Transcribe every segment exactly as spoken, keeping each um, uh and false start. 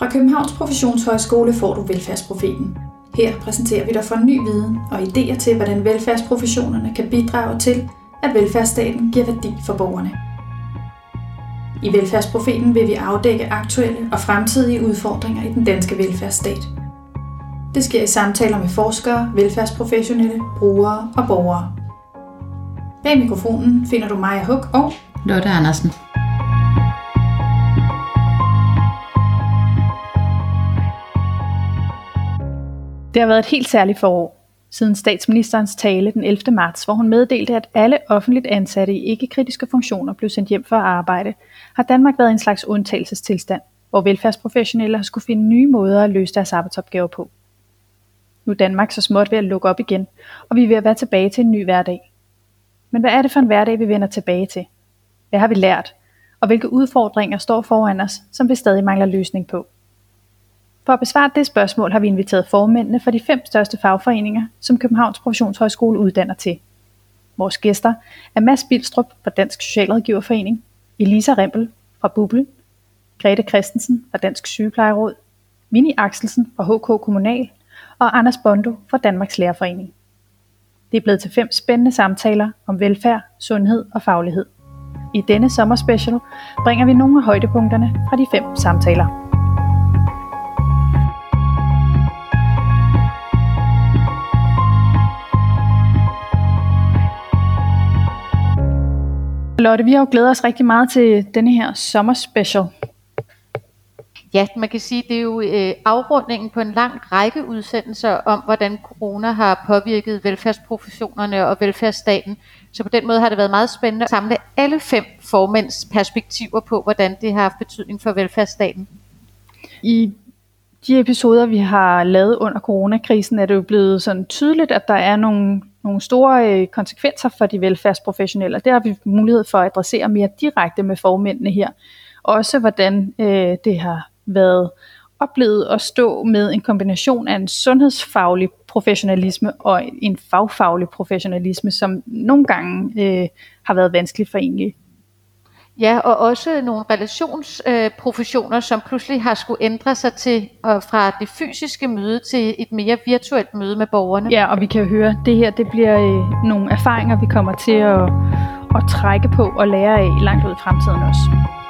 Fra Københavns Professionshøjskole får du Velfærdsprofeten. Her præsenterer vi dig for ny viden og idéer til, hvordan velfærdsprofessionerne kan bidrage til, at velfærdsstaten giver værdi for borgerne. I Velfærdsprofeten vil vi afdække aktuelle og fremtidige udfordringer i den danske velfærdsstat. Det sker i samtaler med forskere, velfærdsprofessionelle, brugere og borgere. Bag mikrofonen finder du Maja Huk og Lotte Andersen. Det har været et helt særligt forår, siden statsministerens tale den ellevte marts, hvor hun meddelte, at alle offentligt ansatte i ikke-kritiske funktioner blev sendt hjem for at arbejde, har Danmark været i en slags undtagelsestilstand, hvor velfærdsprofessionelle har skulle finde nye måder at løse deres arbejdsopgaver på. Nu er Danmark så småt ved at lukke op igen, og vi er ved at være tilbage til en ny hverdag. Men hvad er det for en hverdag, vi vender tilbage til? Hvad har vi lært? Og hvilke udfordringer står foran os, som vi stadig mangler løsning på? For at besvare det spørgsmål har vi inviteret formændene for de fem største fagforeninger, som Københavns Professionshøjskole uddanner til. Vores gæster er Mads Bilstrup fra Dansk Socialrådgiverforening, Elisa Rimpel fra BUPL, Grete Christensen fra Dansk Sygeplejeråd, Winnie Axelsen fra H K Kommunal og Anders Bondo fra Danmarks Lærerforening. Det er blevet til fem spændende samtaler om velfærd, sundhed og faglighed. I denne sommerspecial bringer vi nogle af højdepunkterne fra de fem samtaler. Lotte, vi har jo glædet os rigtig meget til denne her sommerspecial. Ja, man kan sige, det er jo øh, afrundingen på en lang række udsendelser om, hvordan corona har påvirket velfærdsprofessionerne og velfærdsstaten. Så på den måde har det været meget spændende at samle alle fem formænds perspektiver på, hvordan det har haft betydning for velfærdsstaten. I de episoder, vi har lavet under coronakrisen, er det jo blevet sådan tydeligt, at der er nogle, nogle store konsekvenser for de velfærdsprofessionelle. Det har vi mulighed for at adressere mere direkte med formændene her. Også hvordan øh, det har været oplevet at stå med en kombination af en sundhedsfaglig professionalisme og en fagfaglig professionalisme, som nogle gange øh, har været vanskelig for egentlig. Ja, og også nogle relationsprofessioner, øh, som pludselig har skulle ændre sig til øh, fra det fysiske møde til et mere virtuelt møde med borgerne. Ja, og vi kan jo høre, at det her det bliver øh, nogle erfaringer, vi kommer til at, at trække på og lære af langt ud i fremtiden også.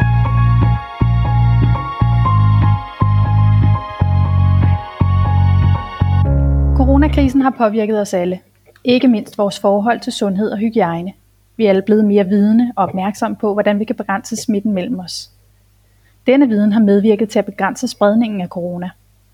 Coronakrisen har påvirket os alle, ikke mindst vores forhold til sundhed og hygiejne. Vi er alle blevet mere vidende og opmærksomme på, hvordan vi kan begrænse smitten mellem os. Denne viden har medvirket til at begrænse spredningen af corona.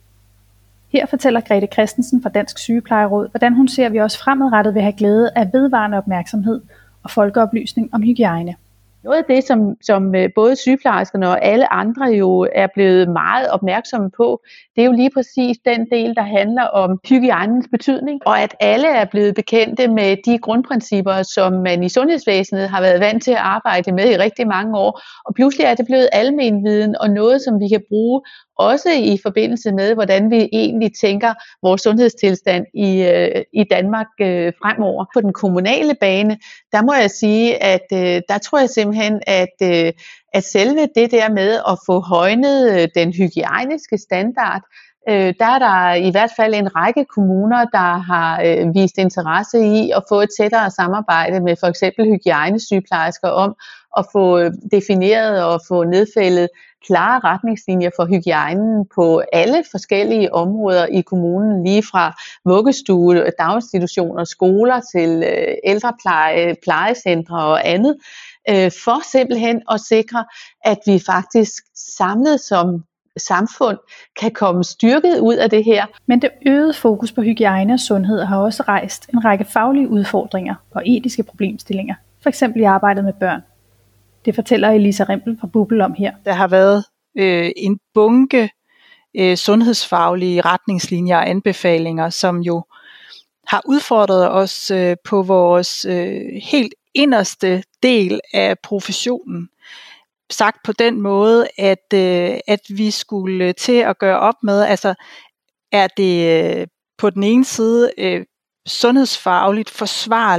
Her fortæller Grete Christensen fra Dansk Sygeplejeråd, hvordan hun ser, at vi også fremadrettet vil have glæde af vedvarende opmærksomhed og folkeoplysning om hygiejne. Noget af det, som, som både sygeplejerskerne og alle andre jo er blevet meget opmærksomme på, det er jo lige præcis den del, der handler om hygiejnens betydning, og at alle er blevet bekendte med de grundprincipper, som man i sundhedsvæsenet har været vant til at arbejde med i rigtig mange år. Og pludselig er det blevet almenviden og noget, som vi kan bruge også i forbindelse med, hvordan vi egentlig tænker vores sundhedstilstand i, øh, i Danmark øh, fremover. På den kommunale bane, der må jeg sige, at øh, der tror jeg simpelthen, at, øh, at selve det der med at få højnet øh, den hygiejniske standard, øh, der er der i hvert fald en række kommuner, der har øh, vist interesse i at få et tættere samarbejde med for eksempel hygiejnesygeplejersker om at få defineret og få nedfældet klare retningslinjer for hygiejnen på alle forskellige områder i kommunen, lige fra vuggestue, daginstitutioner, skoler til ældrepleje, plejecentre og andet, for simpelthen at sikre, at vi faktisk samlet som samfund kan komme styrket ud af det her. Men det øgede fokus på hygiejne og sundhed har også rejst en række faglige udfordringer og etiske problemstillinger, for eksempel i arbejdet med børn. Det fortæller Elisa Rimpel fra BUPL om her. Der har været øh, en bunke øh, sundhedsfaglige retningslinjer og anbefalinger, som jo har udfordret os øh, på vores øh, helt inderste del af professionen. Sagt på den måde, at, øh, at vi skulle til at gøre op med, altså er det øh, på den ene side øh, sundhedsfagligt forsvarligt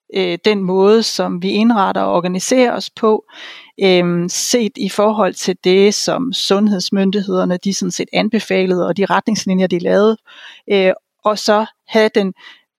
øh, den måde, som vi indretter og organiserer os på, øh, set i forhold til det, som sundhedsmyndighederne de sådan set anbefalede, og de retningslinjer, de lavede, øh, og så have den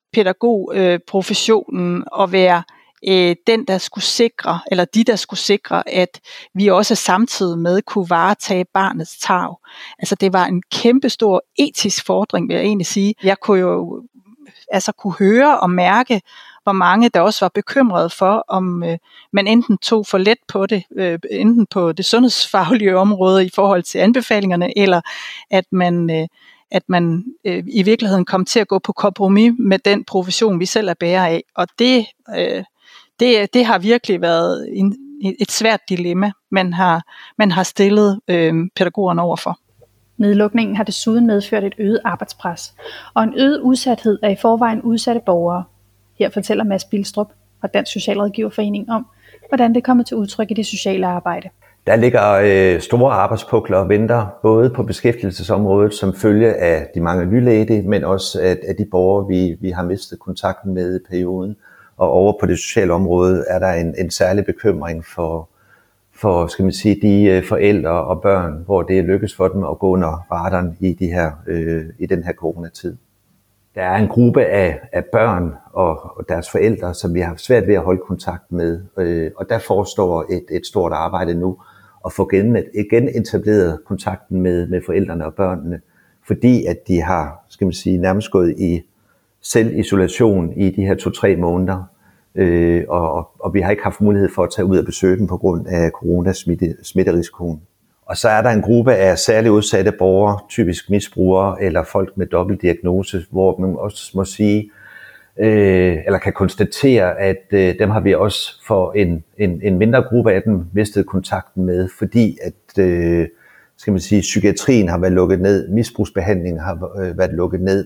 pædagogprofessionen øh, og være øh, den, der skulle sikre, eller de, der skulle sikre, at vi også samtidig med kunne varetage barnets tarv. Altså det var en kæmpestor etisk fordring, vil jeg egentlig sige. Jeg kunne jo altså kunne høre og mærke, hvor mange der også var bekymrede for, om øh, man enten tog for let på det, øh, enten på det sundhedsfaglige område i forhold til anbefalingerne, eller at man, øh, at man øh, i virkeligheden kom til at gå på kompromis med den profession, vi selv er bærer af. Og det, øh, det, det har virkelig været en, et svært dilemma, man har, man har stillet øh, pædagogerne overfor. Nedlukningen har desuden medført et øget arbejdspres og en øget udsathed af i forvejen udsatte borgere. Her fortæller Mads Bilstrup fra Dansk Socialrådgiverforening om, hvordan det kommer til udtryk i det sociale arbejde. Der ligger øh, store arbejdspukler og venter både på beskæftigelsesområdet som følge af de mange nyledige, men også af, af de borgere, vi, vi har mistet kontakten med i perioden. Og over på det sociale område er der en, en særlig bekymring for, for skal man sige, de forældre og børn, hvor det lykkes for dem at gå under radaren i, de her, øh, i den her coronatid. Der er en gruppe af, af børn og, og deres forældre, som vi har svært ved at holde kontakt med, øh, og der forestår et, et stort arbejde nu at få igen, igen etableret kontakten med, med forældrene og børnene, fordi at de har, skal man sige, nærmest gået i selvisolation i de her to-tre måneder, øh, og, og vi har ikke haft mulighed for at tage ud og besøge dem på grund af coronasmitterisikoen. Og så er der en gruppe af særligt udsatte borgere, typisk misbrugere eller folk med dobbeltdiagnose, hvor man også må sige, øh, eller kan konstatere, at øh, dem har vi også for en, en, en mindre gruppe af dem mistet kontakten med, fordi at øh, skal man sige, psykiatrien har været lukket ned, misbrugsbehandlingen har øh, været lukket ned.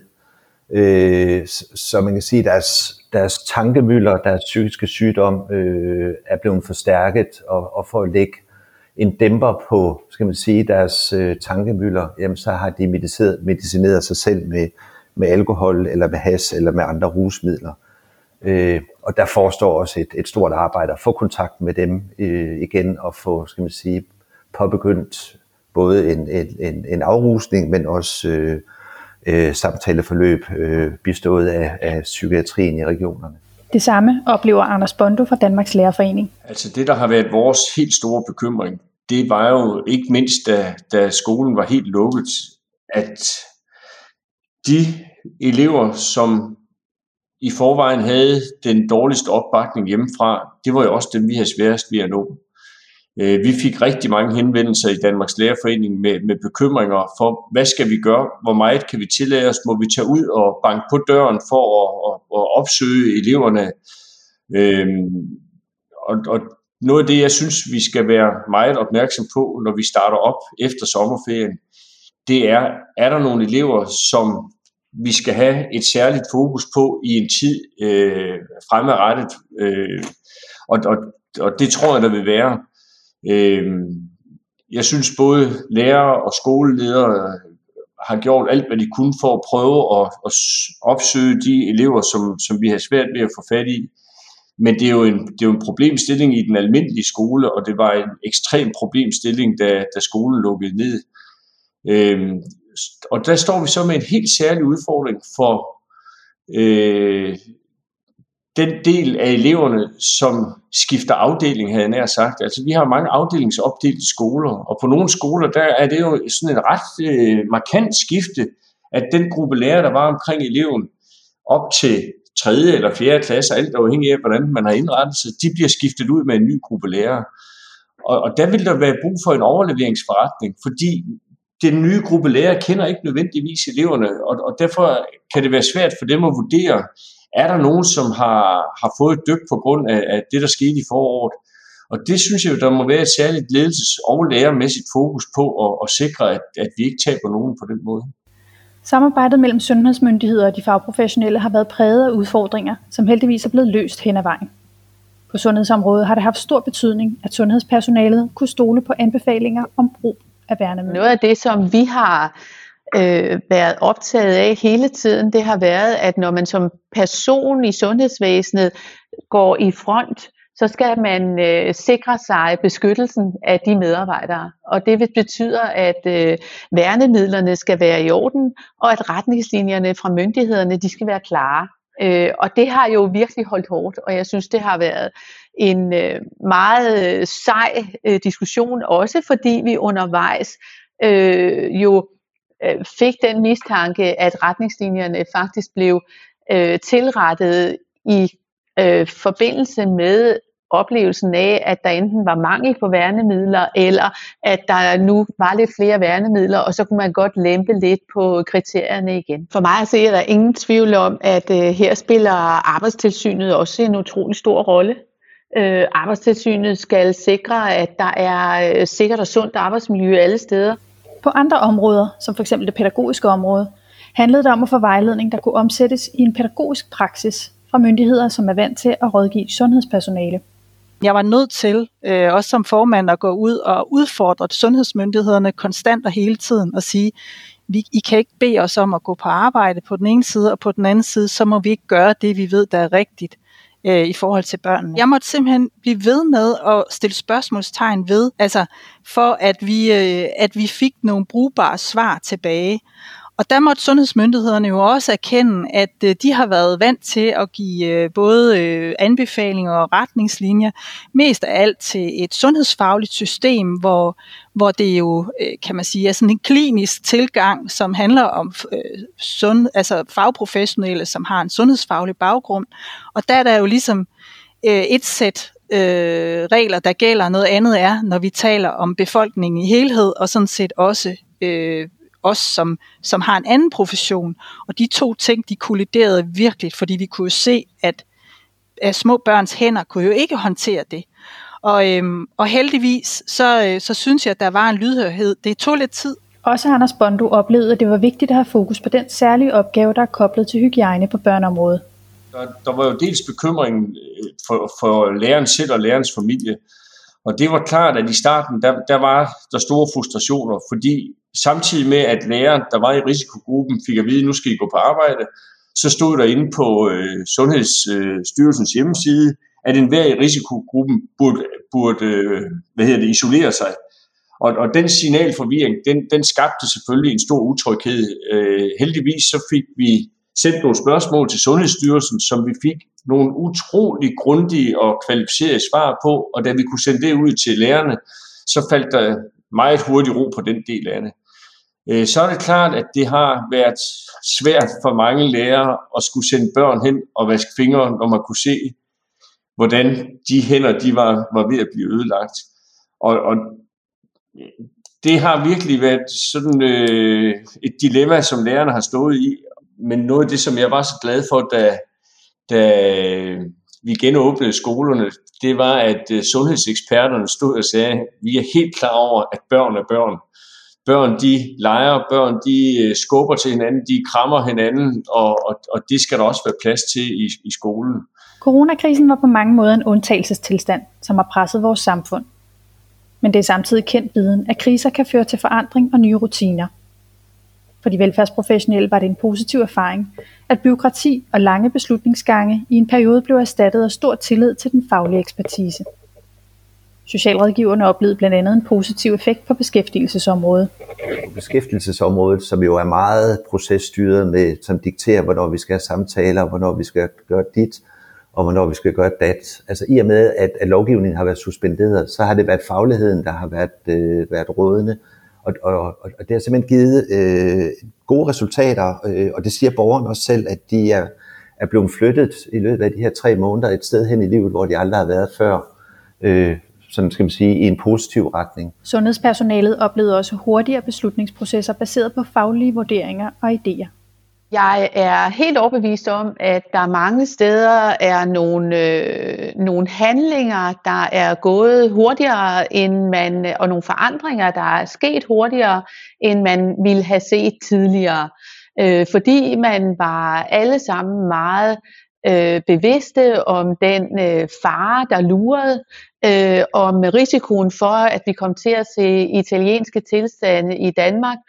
Øh, så man kan sige, at deres, deres tankemylder, deres psykiske sygdom øh, er blevet forstærket, og, og for at lægge en dæmper på, skal man sige, deres øh, tankemylder, jamen så har de medicineret, medicineret sig selv med, med alkohol, eller med hash, eller med andre rusmidler. Øh, og der forestår også et, et stort arbejde at få kontakt med dem øh, igen, og få, skal man sige, påbegyndt både en, en, en afrusning, men også øh, øh, samtaleforløb øh, bistået af, af psykiatrien i regionerne. Det samme oplever Anders Bondo fra Danmarks Lærerforening. Altså det, der har været vores helt store bekymring, det var jo ikke mindst, da, da skolen var helt lukket, at de elever, som i forvejen havde den dårligste opbakning hjemmefra, det var jo også dem, vi havde sværest ved at nå. Vi fik rigtig mange henvendelser i Danmarks Lærerforening med, med bekymringer for, hvad skal vi gøre, hvor meget kan vi tillade os, må vi tage ud og banke på døren for at, at, at opsøge eleverne. Øhm, og, og noget af det, jeg synes, vi skal være meget opmærksom på, når vi starter op efter sommerferien, det er, er der nogle elever, som vi skal have et særligt fokus på i en tid øh, fremadrettet, øh, og, og, og det tror jeg, der vil være. Jeg synes både lærere og skoleledere har gjort alt, hvad de kunne for at prøve at, at opsøge de elever, som, som vi har svært ved at få fat i. Men det er jo en, det er jo en problemstilling i den almindelige skole, og det var en ekstrem problemstilling, da, da skolen lukkede ned. Og der står vi så med en helt særlig udfordring for øh, den del af eleverne, som skifter afdeling, havde jeg nær sagt. Altså, vi har mange afdelingsopdelte skoler, og på nogle skoler, der er det jo sådan et ret øh, markant skifte, at den gruppe lærere, der var omkring eleven, op til tredje eller fjerde klasse, alt afhængig af, hvordan man har indrettet sig, de bliver skiftet ud med en ny gruppe lærere. Og, og der vil der være brug for en overleveringsforretning, fordi den nye gruppe lærere kender ikke nødvendigvis eleverne, og, og derfor kan det være svært for dem at vurdere, er der nogen, som har, har fået et dyk på grund af, af det, der skete i foråret. Og det synes jeg, der må være et særligt ledelses- og lærermæssigt fokus på at, at sikre, at, at vi ikke taber nogen på den måde. Samarbejdet mellem sundhedsmyndigheder og de fagprofessionelle har været præget af udfordringer, som heldigvis er blevet løst hen ad vejen. På sundhedsområdet har det haft stor betydning, at sundhedspersonalet kunne stole på anbefalinger om brug af værnemidler. Noget af det, som vi har øh, været optaget af hele tiden, det har været, at når man som person i sundhedsvæsenet går i front, så skal man øh, sikre sig beskyttelsen af de medarbejdere. Og det betyder, at øh, værnemidlerne skal være i orden, og at retningslinjerne fra myndighederne, de skal være klare. Øh, og det har jo virkelig holdt hårdt, og jeg synes, det har været en øh, meget øh, sej øh, diskussion, også fordi vi undervejs øh, jo øh, fik den mistanke, at retningslinjerne faktisk blev øh, tilrettet i øh, forbindelse med oplevelsen af, at der enten var mangel på værnemidler, eller at der nu var lidt flere værnemidler, og så kunne man godt lempe lidt på kriterierne igen. For mig at se, er der ingen tvivl om, at øh, her spiller Arbejdstilsynet også en utrolig stor rolle. Øh, Arbejdstilsynet skal sikre, at der er øh, sikkert og sundt arbejdsmiljø alle steder. På andre områder, som f.eks. det pædagogiske område, handlede det om at få vejledning, der kunne omsættes i en pædagogisk praksis fra myndigheder, som er vant til at rådgive sundhedspersonale. Jeg var nødt til, øh, også som formand, at gå ud og udfordre sundhedsmyndighederne konstant og hele tiden og sige, vi, I kan ikke bede os om at gå på arbejde på den ene side, og på den anden side, så må vi ikke gøre det, vi ved, der er rigtigt øh, i forhold til børnene. Jeg måtte simpelthen blive ved med at stille spørgsmålstegn ved, altså for at vi, øh, at vi fik nogle brugbare svar tilbage. Og der måtte sundhedsmyndighederne jo også erkende, at øh, de har været vant til at give øh, både øh, anbefalinger og retningslinjer, mest af alt til et sundhedsfagligt system, hvor, hvor det jo, øh, kan man sige, er sådan en klinisk tilgang, som handler om øh, sund, altså fagprofessionelle, som har en sundhedsfaglig baggrund. Og der er der jo ligesom øh, et sæt øh, regler, der gælder. Noget andet er, når vi taler om befolkningen i helhed, og sådan set også øh, os, som, som har en anden profession. Og de to ting, de kolliderede virkelig, fordi vi kunne se, at, at små børns hænder kunne jo ikke håndtere det. Og, øhm, og heldigvis, så, så synes jeg, at der var en lydhørhed. Det tog lidt tid. Også Anders Bondo oplevede, at det var vigtigt at have fokus på den særlige opgave, der er koblet til hygiejne på børneområdet. Der, der var jo dels bekymringen for, for læreren selv og lærerens familie. Og det var klart, at i starten, der, der var der store frustrationer, fordi samtidig med, at læreren, der var i risikogruppen, fik at vide, at nu skal I gå på arbejde, så stod der inde på øh, Sundhedsstyrelsens øh, hjemmeside, at enhver i risikogruppen burde, burde øh, hvad hedder det, isolere sig. Og, og den signalforvirring, den, den skabte selvfølgelig en stor utryghed. Øh, heldigvis så fik vi sendt nogle spørgsmål til Sundhedsstyrelsen, som vi fik nogle utrolig grundige og kvalificerede svar på, og da vi kunne sende det ud til lærerne, så faldt der meget hurtigt ro på den del af det. Så er det klart, at det har været svært for mange lærere at skulle sende børn hen og vaske fingre, når man kunne se, hvordan de hænder de var, var ved at blive ødelagt. Og, og det har virkelig været sådan øh, et dilemma, som lærerne har stået i, men noget af det, som jeg var så glad for, da, da vi genåbnede skolerne, det var, at sundhedseksperterne stod og sagde, at vi er helt klar over, at børn er børn. Børn, de leger, børn, de skubber til hinanden, de krammer hinanden, og, og, og det skal der også være plads til i, i skolen. Coronakrisen var på mange måder en undtagelsestilstand, som har presset vores samfund. Men det er samtidig kendt viden, at kriser kan føre til forandring og nye rutiner. For de velfærdsprofessionelle var det en positiv erfaring, at bureaukrati og lange beslutningsgange i en periode blev erstattet af stor tillid til den faglige ekspertise. Socialrådgiverne oplevede blandt andet en positiv effekt på beskæftigelsesområdet. Beskæftigelsesområdet, som jo er meget processtyret, med, som dikterer, hvornår vi skal have samtaler, hvornår vi skal gøre dit, og hvornår vi skal gøre dat. Altså i og med, at, at lovgivningen har været suspenderet, så har det været fagligheden, der har været, øh, været rådende. Og, og, og det har simpelthen givet øh, gode resultater, øh, og det siger borgerne også selv, at de er, er blevet flyttet i løbet af de her tre måneder et sted hen i livet, hvor de aldrig har været før, øh, sådan skal man sige, i en positiv retning. Sundhedspersonalet oplevede også hurtigere beslutningsprocesser baseret på faglige vurderinger og idéer. Jeg er helt overbevist om, at der mange steder er nogle, øh, nogle handlinger, der er gået hurtigere, end man, og nogle forandringer, der er sket hurtigere, end man ville have set tidligere. Øh, fordi man var alle sammen meget øh, bevidste om den øh, fare, der lurede, øh, om risikoen for, at vi kom til at se italienske tilstande i Danmark.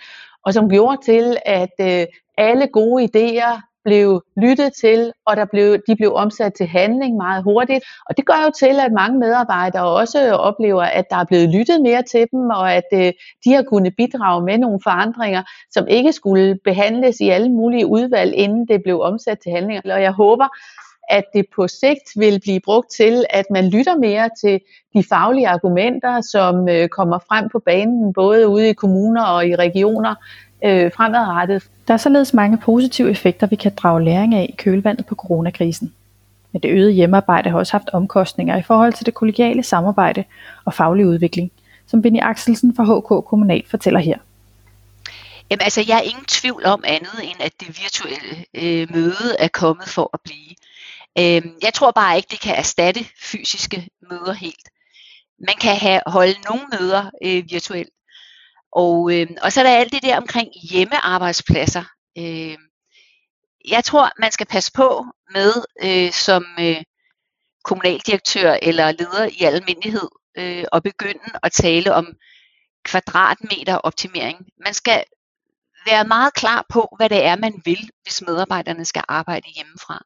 og som gjorde til, at øh, alle gode idéer blev lyttet til, og der blev, de blev omsat til handling meget hurtigt. Og det gør jo til, at mange medarbejdere også oplever, at der er blevet lyttet mere til dem, og at øh, de har kunnet bidrage med nogle forandringer, som ikke skulle behandles i alle mulige udvalg, inden det blev omsat til handlinger. Og jeg håber, at det på sigt vil blive brugt til, at man lytter mere til de faglige argumenter, som øh, kommer frem på banen, både ude i kommuner og i regioner øh, fremadrettet. Der er således mange positive effekter, vi kan drage læring af i kølvandet på coronakrisen. Men det øgede hjemmearbejde har også haft omkostninger i forhold til det kollegiale samarbejde og faglig udvikling, som Benny Axelsen fra H K Kommunal fortæller her. Jamen altså, jeg er ingen tvivl om andet, end at det virtuelle øh, møde er kommet for at blive. Øh, jeg tror bare ikke, det kan erstatte fysiske møder helt. Man kan have, holde nogle møder øh, virtuelt. Og, øh, og så er der alt det der omkring hjemmearbejdspladser. Øh, jeg tror, man skal passe på med øh, som øh, kommunaldirektør eller leder i almindelighed øh, at begynde at tale om kvadratmeter optimering. Man skal være meget klar på, hvad det er, man vil, hvis medarbejderne skal arbejde hjemmefra.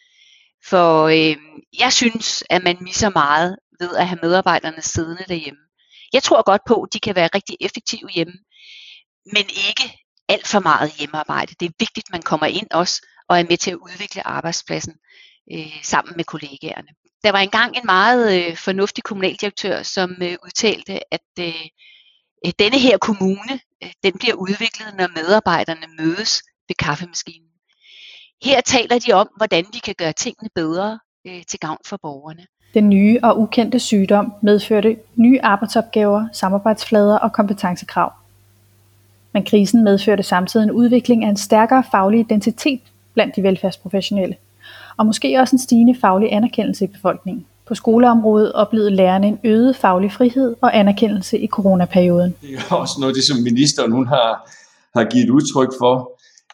For øh, jeg synes, at man misser meget ved at have medarbejderne siddende derhjemme. Jeg tror godt på, at de kan være rigtig effektive hjemme, men ikke alt for meget hjemmearbejde. Det er vigtigt, at man kommer ind også og er med til at udvikle arbejdspladsen øh, sammen med kollegaerne. Der var engang en meget øh, fornuftig kommunaldirektør, som øh, udtalte, at øh, denne her kommune, øh, den bliver udviklet, når medarbejderne mødes ved kaffemaskinen. Her taler de om, hvordan vi kan gøre tingene bedre øh, til gavn for borgerne. Den nye og ukendte sygdom medførte nye arbejdsopgaver, samarbejdsflader og kompetencekrav. Men krisen medførte samtidig en udvikling af en stærkere faglig identitet blandt de velfærdsprofessionelle, og måske også en stigende faglig anerkendelse i befolkningen. På skoleområdet oplevede lærerne en øget faglig frihed og anerkendelse i coronaperioden. Det er også noget, det som ministeren hun har, har givet udtryk for.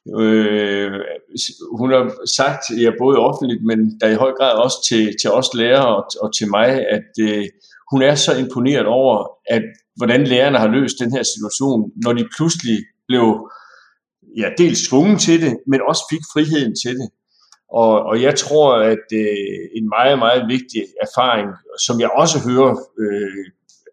Øh, hun har sagt, ja, både offentligt, men der i høj grad også til, til os lærere og, og til mig, at øh, hun er så imponeret over, at hvordan lærerne har løst den her situation, når de pludselig blev ja, dels tvunget til det, men også fik friheden til det. Og, og jeg tror, at øh, en meget, meget vigtig erfaring, som jeg også hører øh,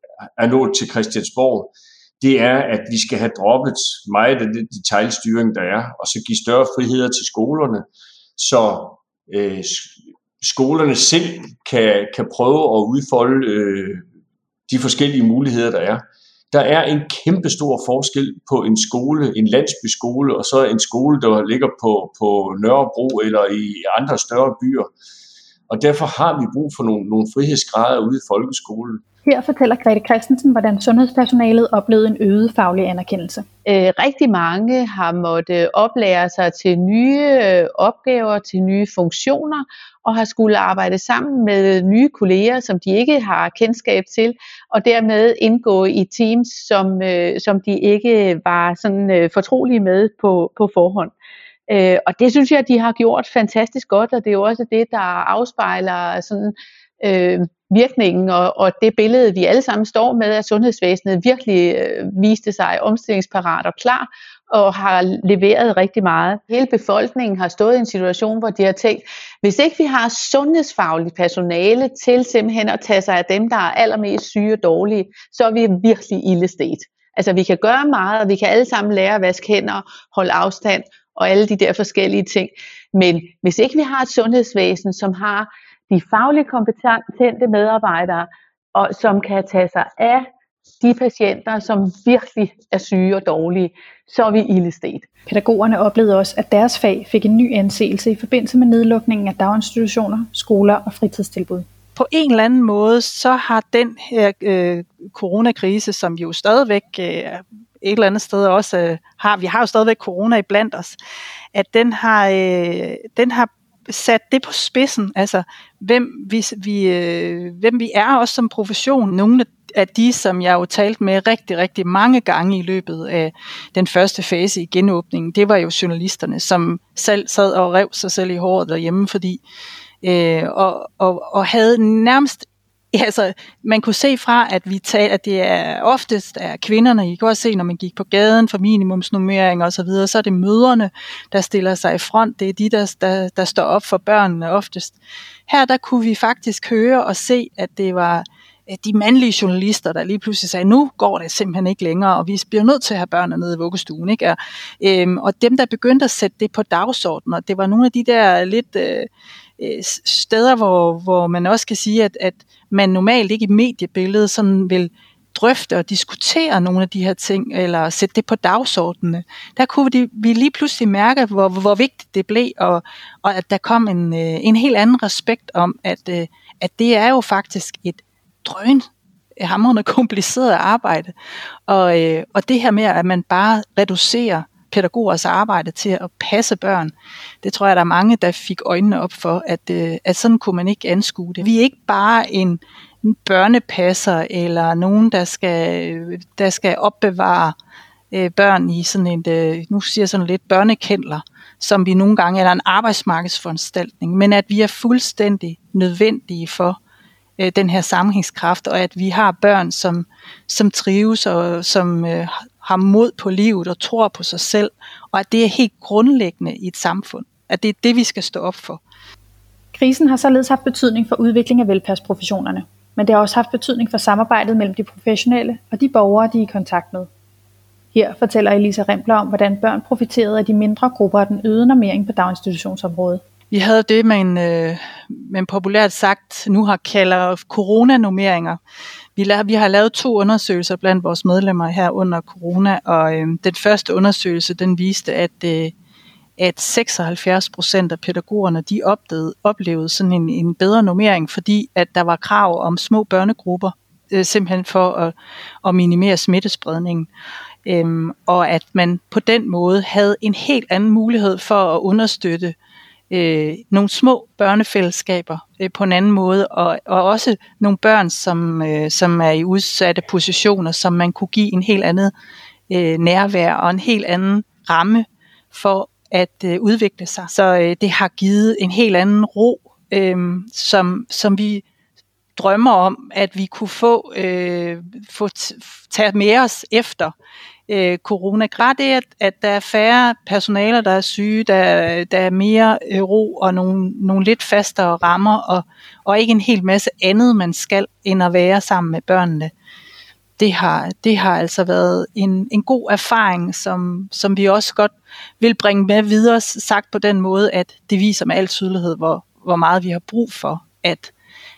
er nået til Christiansborg, det er, at vi skal have droppet meget af den detailstyring, der er, og så give større friheder til skolerne, så øh, skolerne selv kan, kan prøve at udfolde øh, de forskellige muligheder, der er. Der er en kæmpe stor forskel på en skole, en landsbyskole, og så en skole, der ligger på, på Nørrebro eller i andre større byer. Og derfor har vi brug for nogle, nogle frihedsgrader ude i folkeskolen. Her fortæller Grete Christensen, hvordan sundhedspersonalet oplevede en øget faglig anerkendelse. Øh, rigtig mange har måttet oplære sig til nye øh, opgaver, til nye funktioner, og har skulle arbejde sammen med nye kolleger, som de ikke har kendskab til, og dermed indgå i teams, som, øh, som de ikke var sådan, øh, fortrolige med på, på forhånd. Øh, og det synes jeg, de har gjort fantastisk godt, og det er jo også det, der afspejler sådan, øh, virkningen og, og det billede, vi alle sammen står med, at sundhedsvæsenet virkelig øh, viste sig omstillingsparat og klar, og har leveret rigtig meget. Hele befolkningen har stået i en situation, hvor de har tænkt, hvis ikke vi har sundhedsfagligt personale til simpelthen at tage sig af dem, der er allermest syge og dårlige, så er vi virkelig ildestet. Altså vi kan gøre meget, og vi kan alle sammen lære at vaske hænder, holde afstand og alle de der forskellige ting. Men hvis ikke vi har et sundhedsvæsen, som har de fagligt kompetente medarbejdere, og som kan tage sig af de patienter, som virkelig er syge og dårlige, så er vi ildestet. Pædagogerne oplevede også, at deres fag fik en ny anseelse i forbindelse med nedlukningen af daginstitutioner, skoler og fritidstilbud. På en eller anden måde, så har den her øh, coronakrise, som jo stadigvæk øh, et eller andet sted også øh, har, vi har jo stadigvæk corona iblandt os, at den har, øh, den har sat det på spidsen, altså hvem vi, vi, øh, hvem vi er også som profession. Nogle af de, som jeg jo talt med rigtig, rigtig mange gange i løbet af den første fase i genåbningen, det var jo journalisterne, som selv sad og rev sig selv i håret derhjemme, fordi øh, og, og, og havde nærmest Ja, altså, man kunne se fra, at vi taler, at det er oftest er kvinderne. I kan også se, når man gik på gaden for minimumsnormering og så videre, så er det mødrene, der stiller sig i front. Det er de, der, der, der står op for børnene oftest. Her der kunne vi faktisk høre og se, at det var de mandlige journalister, der lige pludselig sagde, nu går det simpelthen ikke længere, og vi bliver nødt til at have børnene nede i vuggestuen. Ikke? Og, øhm, og dem, der begyndte at sætte det på dagsordenen, og det var nogle af de der lidt øh, steder, hvor, hvor man også kan sige, at, at man normalt ikke i mediebilledet sådan vil drøfte og diskutere nogle af de her ting, eller sætte det på dagsordenen. Der kunne vi, vi lige pludselig mærke, hvor, hvor vigtigt det blev, og, og at der kom en, en helt anden respekt om, at, at det er jo faktisk et drøn, hamrende kompliceret arbejde. Og, og det her med, at man bare reducerer pædagogers arbejde til at passe børn, det tror jeg, der er mange, der fik øjnene op for, at, at sådan kunne man ikke anskue det. Vi er ikke bare en børnepasser, eller nogen, der skal, der skal opbevare øh, børn i sådan en, øh, nu siger jeg sådan lidt børnekendler, som vi nogle gange, eller en arbejdsmarkedsforanstaltning, men at vi er fuldstændig nødvendige for øh, den her sammenhængskraft, og at vi har børn, som, som trives, og som øh, har mod på livet, og tror på sig selv, og at det er helt grundlæggende i et samfund, at det er det, vi skal stå op for. Krisen har således haft betydning for udvikling af velfærdsprofessionerne, men det har også haft betydning for samarbejdet mellem de professionelle og de borgere, de er i kontakt med. Her fortæller Elisa Rimpler om, hvordan børn profiterede af de mindre grupper og den øgede normering på daginstitutionsområdet. Vi havde det, man, øh, man populært sagt nu har kalder coronanormeringer. Vi, la- vi har lavet to undersøgelser blandt vores medlemmer her under corona, og øh, den første undersøgelse, den viste, at øh, at seksoghalvfjerds procent af pædagogerne, de oplevede, oplevede sådan en, en bedre normering, fordi at der var krav om små børnegrupper, øh, simpelthen for at, at minimere smittespredningen. Øhm, og at man på den måde havde en helt anden mulighed for at understøtte øh, nogle små børnefællesskaber øh, på en anden måde, og, og også nogle børn, som, øh, som er i udsatte positioner, som man kunne give en helt anden øh, nærvær og en helt anden ramme for at øh, udvikle sig. Så øh, det har givet en helt anden ro, øh, som, som vi drømmer om, at vi kunne få, øh, få t- tage med os efter øh, corona. Grad det, at, at der er færre personaler, der er syge, der, der er mere øh, ro og nogle, nogle lidt fastere rammer, og, og ikke en hel masse andet, man skal, end at være sammen med børnene. Det har, det har altså været en, en god erfaring, som, som vi også godt vil bringe med videre, sagt på den måde, at det viser med al tydelighed, hvor, hvor meget vi har brug for, at,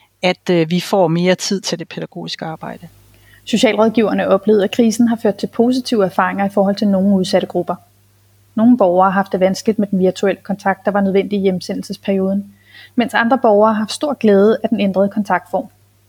at øh, vi får mere tid til det pædagogiske arbejde. Socialrådgiverne oplevede, at krisen har ført til positive erfaringer i forhold til nogle udsatte grupper. Nogle borgere har haft det vanskeligt med den virtuelle kontakt, der var nødvendig i hjemsendelsesperioden, mens andre borgere har haft stor glæde af den ændrede kontaktform.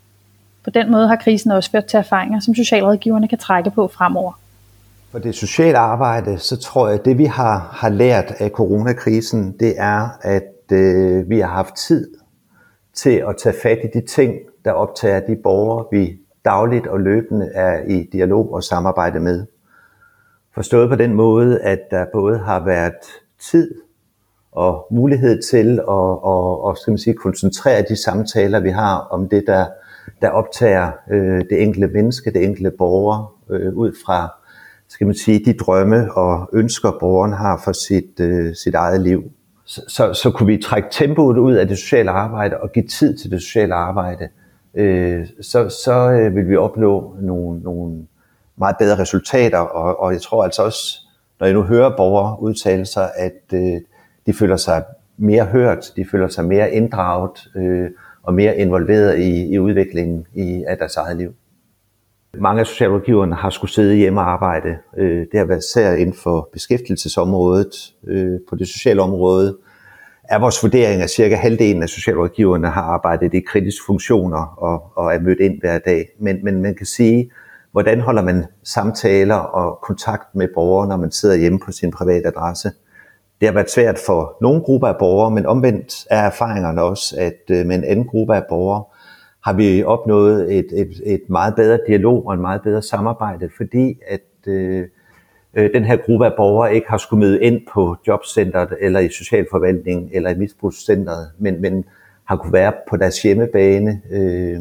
På den måde har krisen også ført til erfaringer, som socialrådgiverne kan trække på fremover. For det sociale arbejde, så tror jeg, at det vi har, har lært af coronakrisen, det er, at øh, vi har haft tid til at tage fat i de ting, der optager de borgere, vi dagligt og løbende er i dialog og samarbejde med. Forstået på den måde, at der både har været tid og mulighed til at og, og, skal man sige, koncentrere de samtaler, vi har om det, der der optager øh, det enkelte menneske, det enkelte borger, øh, ud fra, skal man sige, de drømme og ønsker, borgeren har for sit, øh, sit eget liv. Så, så, så kunne vi trække tempoet ud af det sociale arbejde og give tid til det sociale arbejde. Øh, så så øh, vil vi opnå nogle, nogle meget bedre resultater, og, og jeg tror altså også, når jeg nu hører borgere udtale sig, at øh, de føler sig mere hørt, de føler sig mere inddraget, øh, og mere involveret i, i udviklingen i, af deres eget liv. Mange af socialrådgiverne har skulle sidde hjemme og arbejde. Det har været især inden for beskæftigelsesområdet. På det sociale område er vores vurdering, at cirka halvdelen af socialrådgiverne har arbejdet i kritiske funktioner og, og er mødt ind hver dag. Men, men man kan sige, hvordan holder man samtaler og kontakt med borgere, når man sidder hjemme på sin private adresse? Det har været svært for nogle grupper af borgere, men omvendt er erfaringerne også, at med en anden gruppe af borgere har vi opnået et, et, et meget bedre dialog og en meget bedre samarbejde, fordi at øh, den her gruppe af borgere ikke har skulle møde ind på jobcentret eller i socialforvaltningen eller i misbrugscentret, men, men har kunne være på deres hjemmebane øh,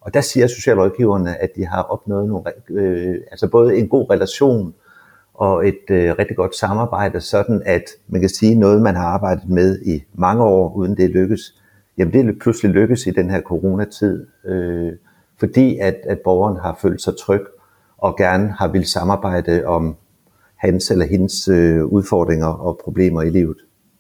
Og der siger socialrådgiverne, at de har opnået nogle, øh, altså både en god relation og et øh, rigtig godt samarbejde, sådan at man kan sige noget, man har arbejdet med i mange år, uden det lykkes. Jamen det er pludselig lykkes i den her coronatid, øh, fordi at, at borgeren har følt sig tryg og gerne har ville samarbejde om hans eller hendes øh, udfordringer og problemer i livet.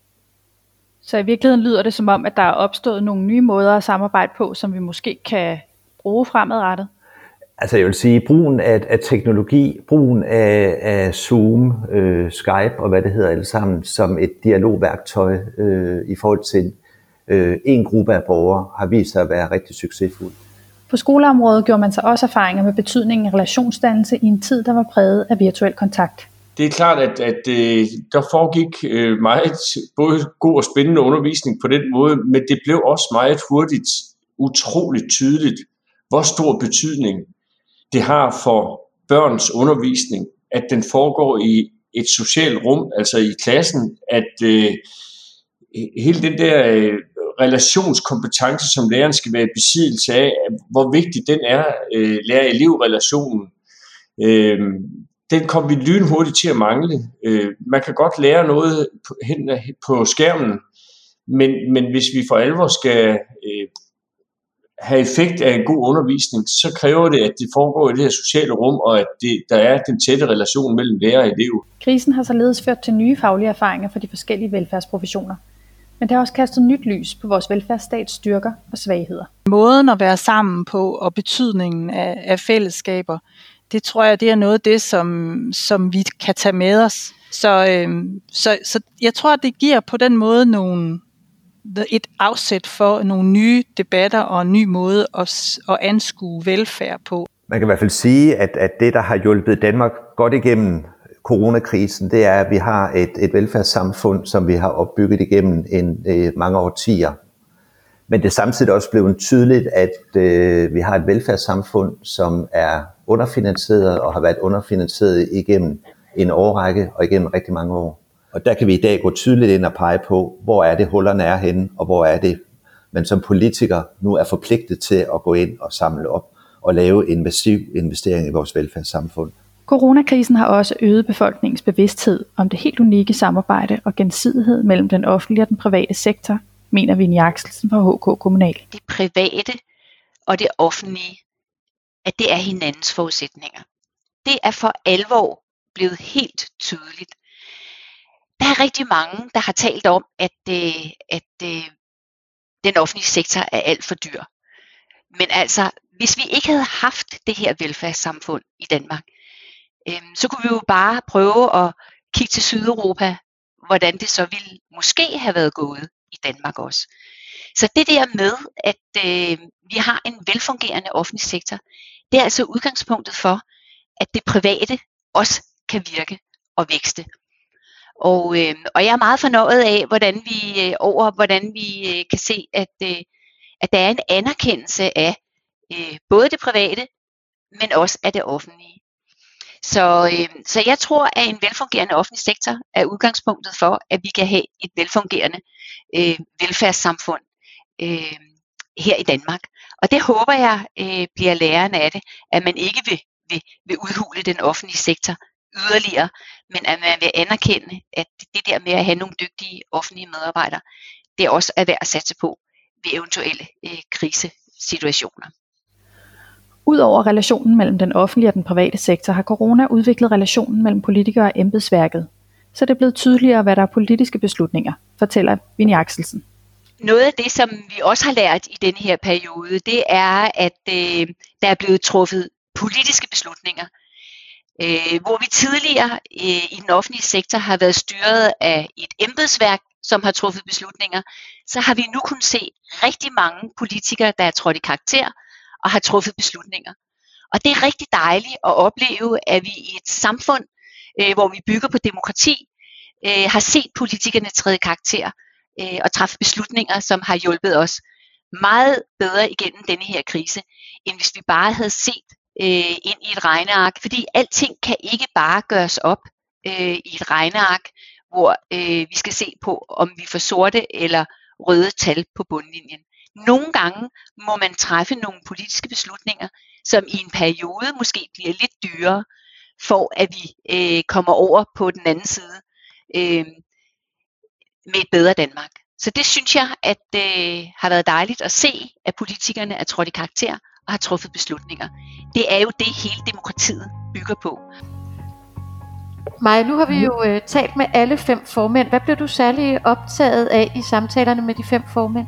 Så i virkeligheden lyder det som om, at der er opstået nogle nye måder at samarbejde på, som vi måske kan bruge fremadrettet? Altså jeg vil sige, brugen af, af teknologi, brugen af, af Zoom, øh, Skype og hvad det hedder alle sammen, som et dialogværktøj øh, i forhold til øh, en gruppe af borgere, har vist sig at være rigtig succesfuld. På skoleområdet gjorde man sig også erfaringer med betydningen af relationsdannelse i en tid, der var præget af virtuel kontakt. Det er klart, at, at øh, der foregik øh, meget både god og spændende undervisning på den måde, men det blev også meget hurtigt utroligt tydeligt, hvor stor betydning det har for børns undervisning, at den foregår i et socialt rum, altså i klassen, at øh, hele den der øh, relationskompetence, som læreren skal være i besiddelse af, hvor vigtig den er, øh, lærer-elev-relationen, øh, den kommer vi lynhurtigt til at mangle. Øh, man kan godt lære noget på, hen på skærmen, men, men hvis vi for alvor skal øh, have effekt af en god undervisning, så kræver det, at det foregår i det her sociale rum, og at det, der er den tætte relation mellem lærer og elev. Krisen har således ført til nye faglige erfaringer for de forskellige velfærdsprofessioner. Men det har også kastet nyt lys på vores velfærdsstats styrker og svagheder. Måden at være sammen på og betydningen af, af fællesskaber, det tror jeg, det er noget af det, som, som vi kan tage med os. Så, øhm, så, så jeg tror, at det giver på den måde nogle, et afsæt for nogle nye debatter og en ny måde at, at anskue velfærd på. Man kan i hvert fald sige, at, at det, der har hjulpet Danmark godt igennem coronakrisen, det er, at vi har et, et velfærdssamfund, som vi har opbygget igennem en, eh, mange årtier. Men det er samtidig også blevet tydeligt, at øh, vi har et velfærdssamfund, som er underfinansieret og har været underfinansieret igennem en årrække og igennem rigtig mange år. Og der kan vi i dag gå tydeligt ind og pege på, hvor er det hullerne er henne, og hvor er det, man som politiker nu er forpligtet til at gå ind og samle op og lave en massiv investering i vores velfærdssamfund. Coronakrisen har også øget befolkningens bevidsthed om det helt unikke samarbejde og gensidighed mellem den offentlige og den private sektor, mener Vinnie Axelsen fra H K Kommunal. Det private og det offentlige, at det er hinandens forudsætninger. Det er for alvor blevet helt tydeligt. Der er rigtig mange, der har talt om, at, øh, at øh, den offentlige sektor er alt for dyr. Men altså, hvis vi ikke havde haft det her velfærdssamfund i Danmark, øh, så kunne vi jo bare prøve at kigge til Sydeuropa, hvordan det så ville måske have været gået i Danmark også. Så det der med, at øh, vi har en velfungerende offentlig sektor, det er altså udgangspunktet for, at det private også kan virke og vækste. Og, øh, og jeg er meget fornøjet af, hvordan vi øh, over, hvordan vi øh, kan se, at, øh, at der er en anerkendelse af øh, både det private, men også af det offentlige. Så, øh, så jeg tror, at en velfungerende offentlig sektor er udgangspunktet for, at vi kan have et velfungerende øh, velfærdssamfund øh, her i Danmark. Og det håber jeg øh, bliver lærerne af det, at man ikke vil, vil, vil udhule den offentlige sektor yderligere, men at man vil anerkende, at det der med at have nogle dygtige offentlige medarbejdere, det også er værd at satse på ved eventuelle øh, krisesituationer. Udover relationen mellem den offentlige og den private sektor, har corona udviklet relationen mellem politikere og embedsværket. Så det er blevet tydeligere, hvad der er politiske beslutninger, fortæller Vinnie Axelsen. Noget af det, som vi også har lært i denne her periode, det er, at øh, der er blevet truffet politiske beslutninger, øh, hvor vi tidligere øh, i den offentlige sektor har været styret af et embedsværk, som har truffet beslutninger, så har vi nu kunnet se rigtig mange politikere, der er trådt i karakter og har truffet beslutninger. Og det er rigtig dejligt at opleve, at vi i et samfund, øh, hvor vi bygger på demokrati, øh, har set politikerne træde i karakter øh, og træffe beslutninger, som har hjulpet os meget bedre igennem denne her krise, end hvis vi bare havde set øh, ind i et regneark. Fordi alting kan ikke bare gøres op øh, i et regneark, hvor øh, vi skal se på, om vi får sorte eller røde tal på bundlinjen. Nogle gange må man træffe nogle politiske beslutninger, som i en periode måske bliver lidt dyrere, for at vi øh, kommer over på den anden side øh, med et bedre Danmark. Så det synes jeg, at det øh, har været dejligt at se, at politikerne er trådt i karakter og har truffet beslutninger. Det er jo det, hele demokratiet bygger på. Maja, nu har vi jo øh, talt med alle fem formænd. Hvad blev du særlig optaget af i samtalerne med de fem formænd?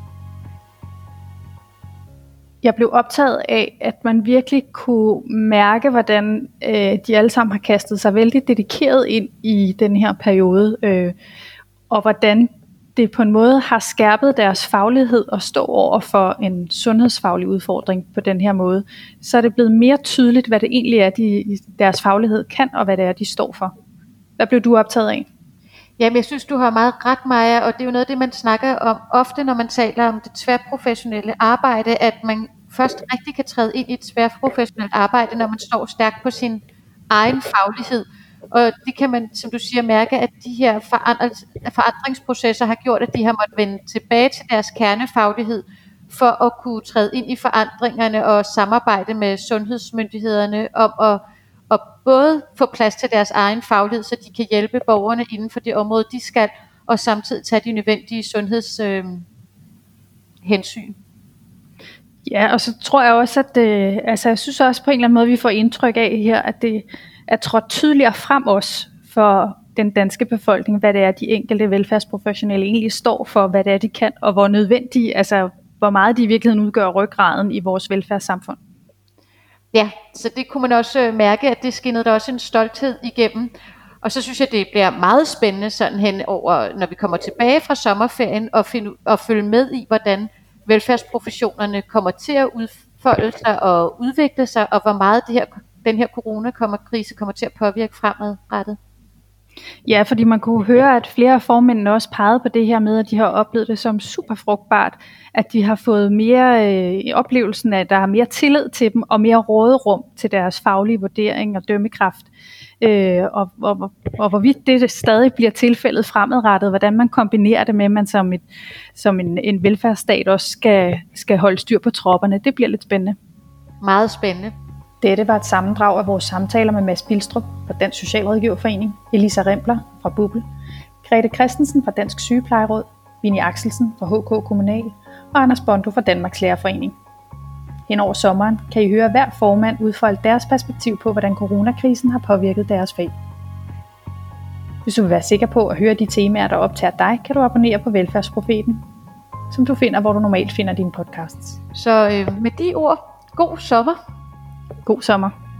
Jeg blev optaget af, at man virkelig kunne mærke, hvordan øh, de alle sammen har kastet sig vældig dedikeret ind i den her periode, øh, og hvordan det på en måde har skærpet deres faglighed at stå over for en sundhedsfaglig udfordring på den her måde. Så er det blevet mere tydeligt, hvad det egentlig er, de, deres faglighed kan, og hvad det er, de står for. Hvad blev du optaget af? Jamen, jeg synes, du har meget ret, Maja, og det er jo noget af det, man snakker om ofte, når man taler om det tværprofessionelle arbejde, at man først rigtig kan træde ind i et tværprofessionelt arbejde, når man står stærkt på sin egen faglighed. Og det kan man, som du siger, mærke, at de her forandringsprocesser har gjort, at de har måttet vende tilbage til deres kernefaglighed, for at kunne træde ind i forandringerne og samarbejde med sundhedsmyndighederne om at, at både få plads til deres egen faglighed, så de kan hjælpe borgerne inden for det område, de skal, og samtidig tage de nødvendige sundhedshensyn. Øh, ja, og så tror jeg også, at det, altså jeg synes også på en eller anden måde, vi får indtryk af her, at det er trådt tydeligere frem også for den danske befolkning, hvad det er, de enkelte velfærdsprofessionelle egentlig står for, hvad det er, de kan, og hvor nødvendige, altså hvor meget de i virkeligheden udgør ryggraden i vores velfærdssamfund. Ja, så det kunne man også mærke, at det skinnede der også en stolthed igennem. Og så synes jeg, det bliver meget spændende sådan hen over, når vi kommer tilbage fra sommerferien, og, finde, og følge med i, hvordan velfærdsprofessionerne kommer til at udfolde sig og udvikle sig, og hvor meget det her, den her coronakrise kommer til at påvirke fremadrettet. Ja, fordi man kunne høre, at flere af formændene også pegede på det her med, at de har oplevet det som super frugtbart, at de har fået mere øh, oplevelsen af, at der er mere tillid til dem, og mere råderum til deres faglige vurdering og dømmekraft. Øh, og, og, og hvorvidt det stadig bliver tilfældet fremadrettet, hvordan man kombinerer det med, at man som, et, som en, en velfærdsstat også skal, skal holde styr på tropperne, det bliver lidt spændende. Meget spændende. Dette var et sammendrag af vores samtaler med Mads Bilstrup fra Dansk Socialrådgiverforening, Elisa Rempler fra Bubble, Grete Christensen fra Dansk Sygeplejeråd, Vinnie Axelsen fra H K Kommunal og Anders Bondo fra Danmarks Lærerforening. Hen over sommeren kan I høre hver formand udfolde deres perspektiv på, hvordan coronakrisen har påvirket deres fag. Hvis du vil være sikker på at høre de temaer, der optager dig, kan du abonnere på Velfærdsprofeten, som du finder, hvor du normalt finder dine podcasts. Så øh, med de ord, god sommer. God sommer.